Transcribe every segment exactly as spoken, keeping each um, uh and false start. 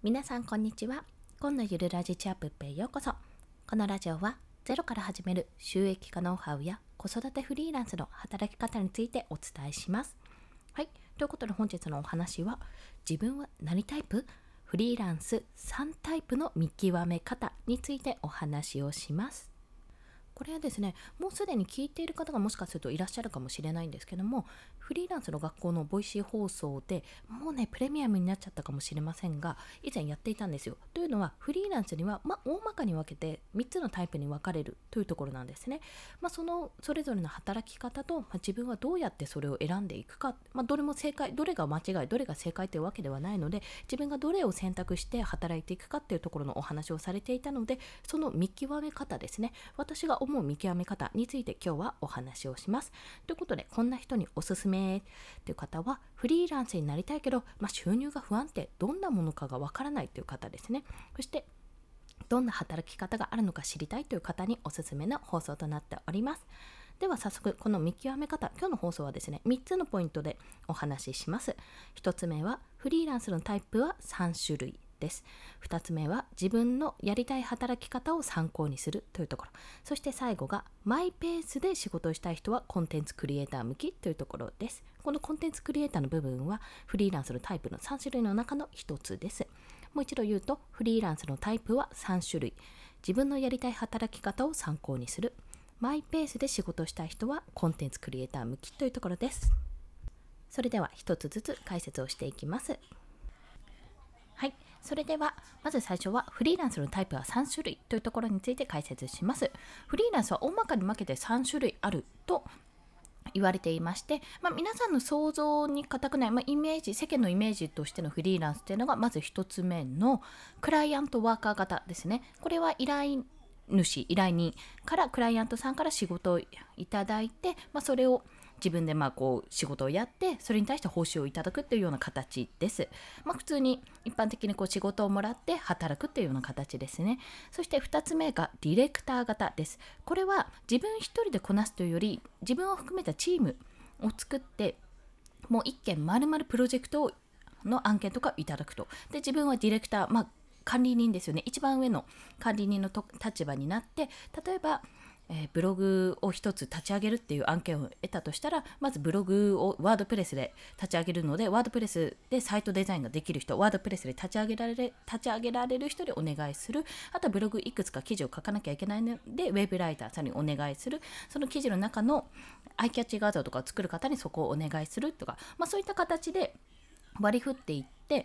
皆さんこんにちは。今のゆるラジチャップへようこそ。このラジオはゼロから始める収益化ノウハウや子育てフリーランスの働き方についてお伝えします。はい、ということで本日のお話は、自分は何タイプ？フリーランスさんタイプの見極め方についてお話をします。これはですね、もうすでに聞いている方がもしかするといらっしゃるかもしれないんですけども、フリーランスの学校のボイシー放送でもうねプレミアムになっちゃったかもしれませんが、以前やっていたんですよ。というのは、フリーランスには、まあ、大まかに分けてみっつのタイプに分かれるというところなんですね。まあ、そのそれぞれの働き方と、まあ、自分はどうやってそれを選んでいくか、まあ、どれも正解、どれが間違い、どれが正解というわけではないので、自分がどれを選択して働いていくかっていうところのお話をされていたので、その見極め方ですね、私が思う見極め方について今日はお話をします。ということで、こんな人におすすめという方は、フリーランスになりたいけど、まあ、収入が不安定、どんなものかがわからないという方ですね。そしてどんな働き方があるのか知りたいという方におすすめの放送となっております。では早速、この見極め方、今日の放送はですね、みっつのポイントでお話しします。ひとつめは、フリーランスのタイプはさんしゅるいです。ふたつめは、自分のやりたい働き方を参考にするというところ。そして最後が、マイペースで仕事をしたい人はコンテンツクリエイター向きというところです。このコンテンツクリエイターの部分は、フリーランスのタイプのさんしゅるいの中のひとつです。もう一度言うと、フリーランスのタイプはさんしゅるい。自分のやりたい働き方を参考にする。マイペースで仕事をしたい人はコンテンツクリエイター向きというところです。それでは一つずつ解説をしていきます。はい、それではまず最初は、フリーランスのタイプはさんしゅるいというところについて解説します。フリーランスは大まかに分けてさんしゅるいあると言われていまして、まあ、皆さんの想像に難くない、まあ、イメージ、世間のイメージとしてのフリーランスというのが、まずひとつめのクライアントワーカー型ですね。これは依頼主、依頼人からクライアントさんから仕事をいただいて、まあ、それを自分でまあこう仕事をやって、それに対して報酬をいただくというような形です。まあ、普通に一般的にこう仕事をもらって働くというような形ですね。そしてふたつめがディレクター型です。これは自分一人でこなすというより、自分を含めたチームを作って、もう一件丸々プロジェクトの案件とかをいただくと。で、自分はディレクター、まあ管理人ですよね。一番上の管理人の立場になって、例えば、えー、ブログを一つ立ち上げるっていう案件を得たとしたら、まずブログをワードプレスで立ち上げるので、ワードプレスでサイトデザインができる人、ワードプレスで立ち上げられる、立ち上げられる人でお願いする。あとはブログいくつか記事を書かなきゃいけないので、ウェブライターさんにお願いする。その記事の中のアイキャッチ画像とかを作る方にそこをお願いするとか、まあ、そういった形で割り振っていって、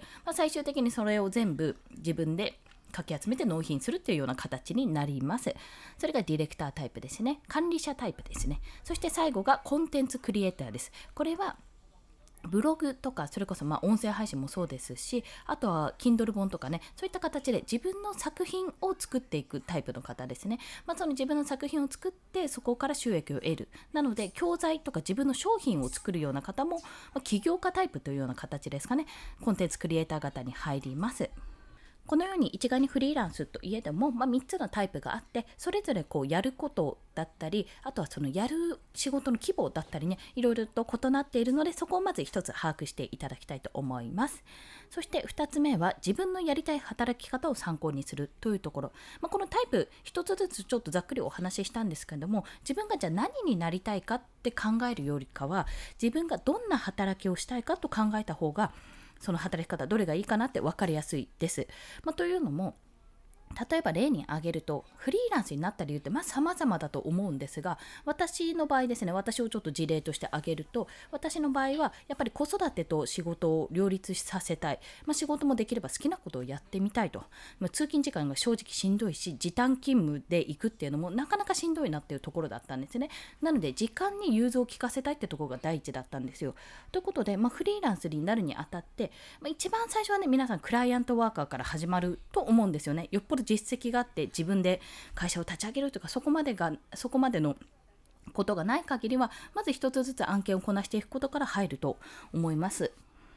まあ、最終的にそれを全部自分でかき集めて納品するというような形になります。それがディレクタータイプですね。管理者タイプですね。そして最後がコンテンツクリエイターです。これはブログとか、それこそまあ音声配信もそうですし、あとは Kindle 本とかね、そういった形で自分の作品を作っていくタイプの方ですね。まあ、その自分の作品を作って、そこから収益を得る。なので、教材とか自分の商品を作るような方も、まあ、起業家タイプというような形ですかね。コンテンツクリエイター型に入ります。このように一概にフリーランスといえども、まあ、みっつのタイプがあって、それぞれこうやることだったり、あとはそのやる仕事の規模だったりね、いろいろと異なっているので、そこをまず一つ把握していただきたいと思います。そしてふたつめは、自分のやりたい働き方を参考にするというところ。まあ、このタイプ一つずつちょっとざっくりお話ししたんですけれども、自分がじゃあ何になりたいかって考えるよりかは、自分がどんな働きをしたいかと考えた方が、その働き方どれがいいかなって分かりやすいです。まあ、というのも、例えば例に挙げると、フリーランスになった理由ってまあ様々だと思うんですが、私の場合ですね、私をちょっと事例として挙げると、私の場合はやっぱり子育てと仕事を両立させたい、まあ、仕事もできれば好きなことをやってみたいと、まあ、通勤時間が正直しんどいし、時短勤務で行くっていうのもなかなかしんどいなっていうところだったんですね。なので時間に融通を利かせたいってところが第一だったんですよ。ということで、まあ、フリーランスになるにあたって、まあ、一番最初はね、皆さんクライアントワーカーから始まると思うんですよね。よっぽど実績があって自分で会社を立ち上げるとか、そこまでがそこまでのことがない限りは、まず一つずつ案件をこなしていくことから入ると思います。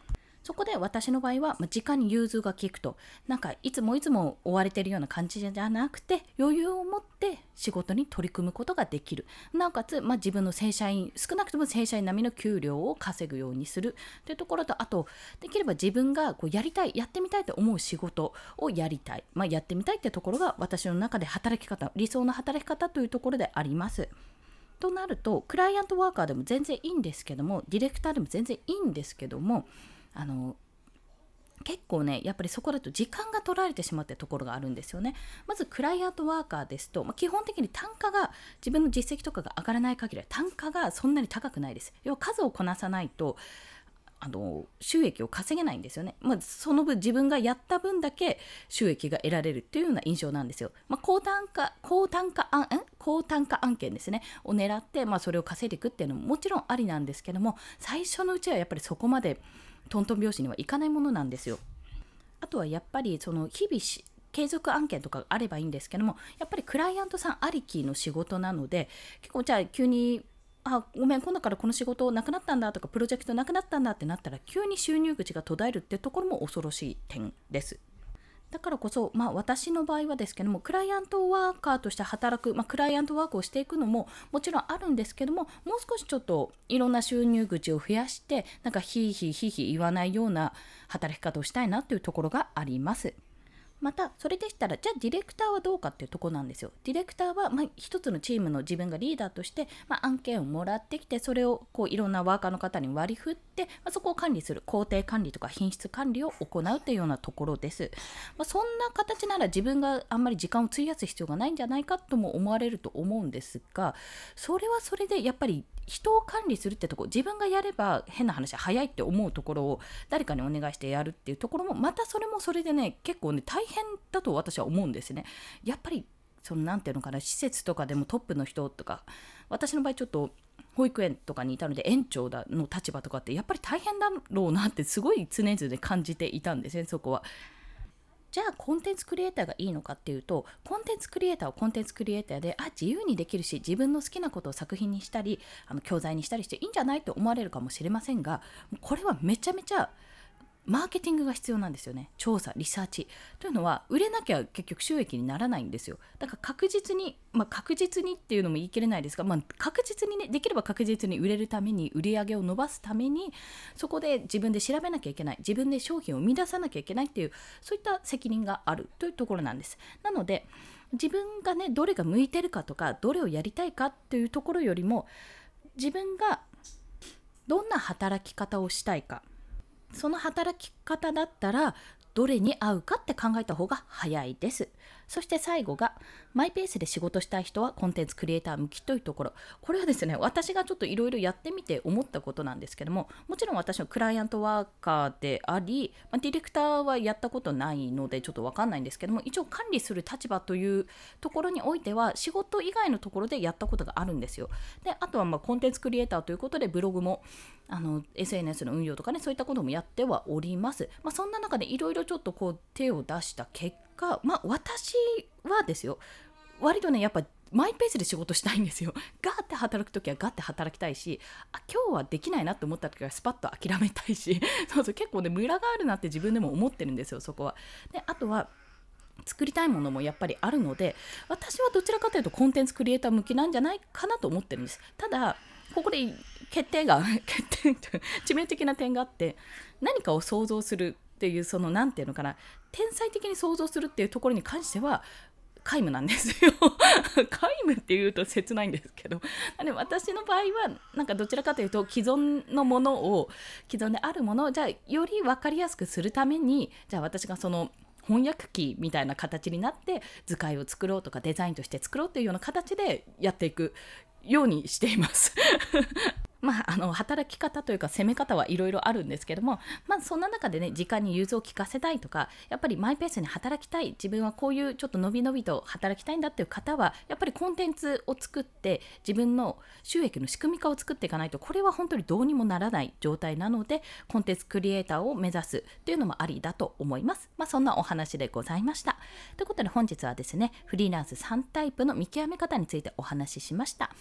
そこで私の場合は、まあ、時間に融通が利くと、なんかいつもいつも追われてるような感じじゃなくて、余裕を持って仕事に取り組むことができる。なおかつ、まあ、自分の正社員、少なくとも正社員並みの給料を稼ぐようにするというところと、あとできれば自分がこうやりたい、やってみたいと思う仕事をやりたい、まあ、やってみたいってところが私の中で働き方、理想の働き方というところであります。となると、クライアントワーカーでも全然いいんですけども、ディレクターでも全然いいんですけども、あの結構ね、やっぱりそこだと時間が取られてしまっているところがあるんですよね。まずクライアントワーカーですと、まあ、基本的に単価が、自分の実績とかが上がらない限りは単価がそんなに高くないです。要は数をこなさないとあの収益を稼げないんですよね。まあ、その分自分がやった分だけ収益が得られるっていうような印象なんですよ。まあ、高単価高単価案高単価案件ですねを狙って、まあ、それを稼いでいくっていうのももちろんありなんですけども、最初のうちはやっぱりそこまでトントン拍子にはいかないものなんですよ。あとはやっぱりその日々し継続案件とかがあればいいんですけども、やっぱりクライアントさんありきの仕事なので、結構じゃあ急にあごめん今度からこの仕事なくなったんだとか、プロジェクトなくなったんだってなったら急に収入口が途絶えるってところも恐ろしい点です。だからこそ、まあ、私の場合はですけども、クライアントワーカーとして働く、まあ、クライアントワークをしていくのももちろんあるんですけども、もう少しちょっといろんな収入口を増やして、なんかヒーヒーヒーヒー言わないような働き方をしたいなというところがあります。またそれでしたら、じゃあディレクターはどうかっていうところなんですよ。ディレクターは、まあ、一つのチームの自分がリーダーとして、まあ、案件をもらってきて、それをこういろんなワーカーの方に割り振って、まあ、そこを管理する、工程管理とか品質管理を行うというようなところです。まあ、そんな形なら自分があんまり時間を費やす必要がないんじゃないかとも思われると思うんですが、それはそれでやっぱり人を管理するってところ、自分がやれば変な話早いって思うところを誰かにお願いしてやるっていうところも、またそれもそれでね、結構ね大変だと私は思うんですね。やっぱりそのなんていうのかな、施設とかでもトップの人とか、私の場合ちょっと保育園とかにいたので園長だの立場とかってやっぱり大変だろうなってすごい常々感じていたんですね、そこは。じゃあコンテンツクリエイターがいいのかっていうと、コンテンツクリエイターはコンテンツクリエイターで、あ自由にできるし、自分の好きなことを作品にしたり、あの教材にしたりしていいんじゃないと思われるかもしれませんが、これはめちゃめちゃマーケティングが必要なんですよね。調査、リサーチというのは売れなきゃ結局収益にならないんですよ。だから確実に、まあ、確実にっていうのも言い切れないですが、まあ、確実にね、できれば確実に売れるために、売り上げを伸ばすために、そこで自分で調べなきゃいけない、自分で商品を生み出さなきゃいけないっていう、そういった責任があるというところなんです。なので自分がね、どれが向いてるかとか、どれをやりたいかっていうところよりも、自分がどんな働き方をしたいか、その働き方だったらどれに合うかって考えた方が早いです。そして最後が、マイペースで仕事したい人はコンテンツクリエイター向きというところ。これはですね、私がちょっといろいろやってみて思ったことなんですけども、もちろん私のクライアントワーカーであり、まあ、ディレクターはやったことないのでちょっとわかんないんですけども、一応管理する立場というところにおいては仕事以外のところでやったことがあるんですよ。で、あとはまあコンテンツクリエイターということでブログもあの エスエヌエス の運用とかね、そういったこともやってはおります。まあ、そんな中でいろいろちょっとこう手を出した結果、まあ、私はですよ、割とねやっぱマイペースで仕事したいんですよ。ガーって働くときはガーって働きたいし、あ今日はできないなって思ったときはスパッと諦めたいしそうそう、結構ねムラがあるなって自分でも思ってるんですよ、そこは。で、あとは作りたいものもやっぱりあるので、私はどちらかというとコンテンツクリエイター向きなんじゃないかなと思ってるんです。ただここで決定が決定致命的な点があって、何かを想像するっていう、そのなんていうのかな、天才的に想像するっていうところに関しては皆無なんですよ皆無っていうと切ないんですけど、で私の場合はなんかどちらかというと既存のものを、既存であるものをじゃあより分かりやすくするために、じゃあ私がその翻訳機みたいな形になって図解を作ろうとかデザインとして作ろうっていうような形でやっていくようにしていますまあ、あの働き方というか攻め方はいろいろあるんですけども、まあ、そんな中でね、時間に融通を利かせたいとか、やっぱりマイペースに働きたい、自分はこういうちょっとのびのびと働きたいんだっていう方は、やっぱりコンテンツを作って自分の収益の仕組み化を作っていかないと、これは本当にどうにもならない状態なので、コンテンツクリエイターを目指すっていうのもありだと思います。まあ、そんなお話でございました。ということで本日はですね、フリーランスさんタイプの見極め方についてお話ししました。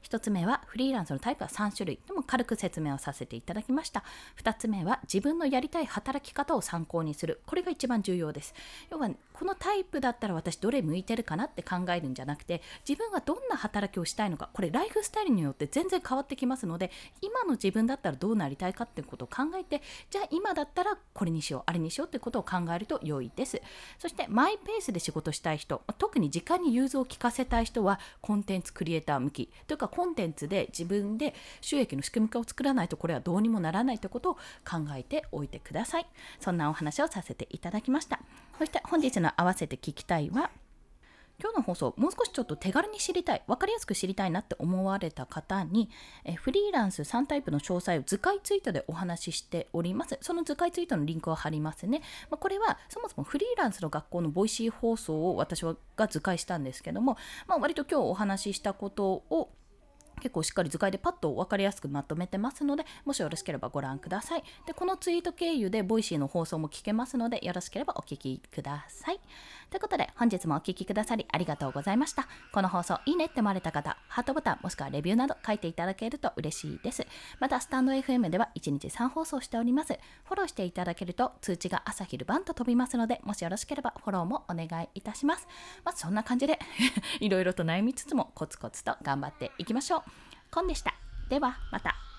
ひとつめはフリーランスのタイプはさんしゅるいでも軽く説明をさせていただきました。ふたつめは自分のやりたい働き方を参考にする。これが一番重要です。要はこのタイプだったら私どれ向いてるかなって考えるんじゃなくて、自分がどんな働きをしたいのか、これライフスタイルによって全然変わってきますので、今の自分だったらどうなりたいかっていうことを考えて、じゃあ今だったらこれにしようあれにしようってことを考えると良いです。そしてマイペースで仕事したい人、特に時間に融通を利かせたい人はコンテンツクリエイター向きというか、コンテンツで自分で収益の仕組み化を作らないとこれはどうにもならないということを考えておいてください。そんなお話をさせていただきました。そして本日の合わせて聞きたいは、今日の放送もう少しちょっと手軽に知りたい、分かりやすく知りたいなって思われた方に、えフリーランスさんタイプの詳細を図解ツイートでお話ししております。その図解ツイートのリンクを貼りますね。まあ、これはそもそもフリーランスの学校のボイシー放送を私が図解したんですけども、まあ、割と今日お話ししたことを結構しっかり図解でパッと分かりやすくまとめてますので、もしよろしければご覧ください。で、このツイート経由でボイシーの放送も聞けますので、よろしければお聞きください。ということで、本日もお聞きくださりありがとうございました。この放送いいねって思われた方、ハートボタンもしくはレビューなど書いていただけると嬉しいです。またスタンド エフエム ではいちにちさん放送しております。フォローしていただけると通知が朝昼晩と飛びますので、もしよろしければフォローもお願いいたします。まあ、そんな感じでいろいろと悩みつつもコツコツと頑張っていきましょう。コンでした。ではまた。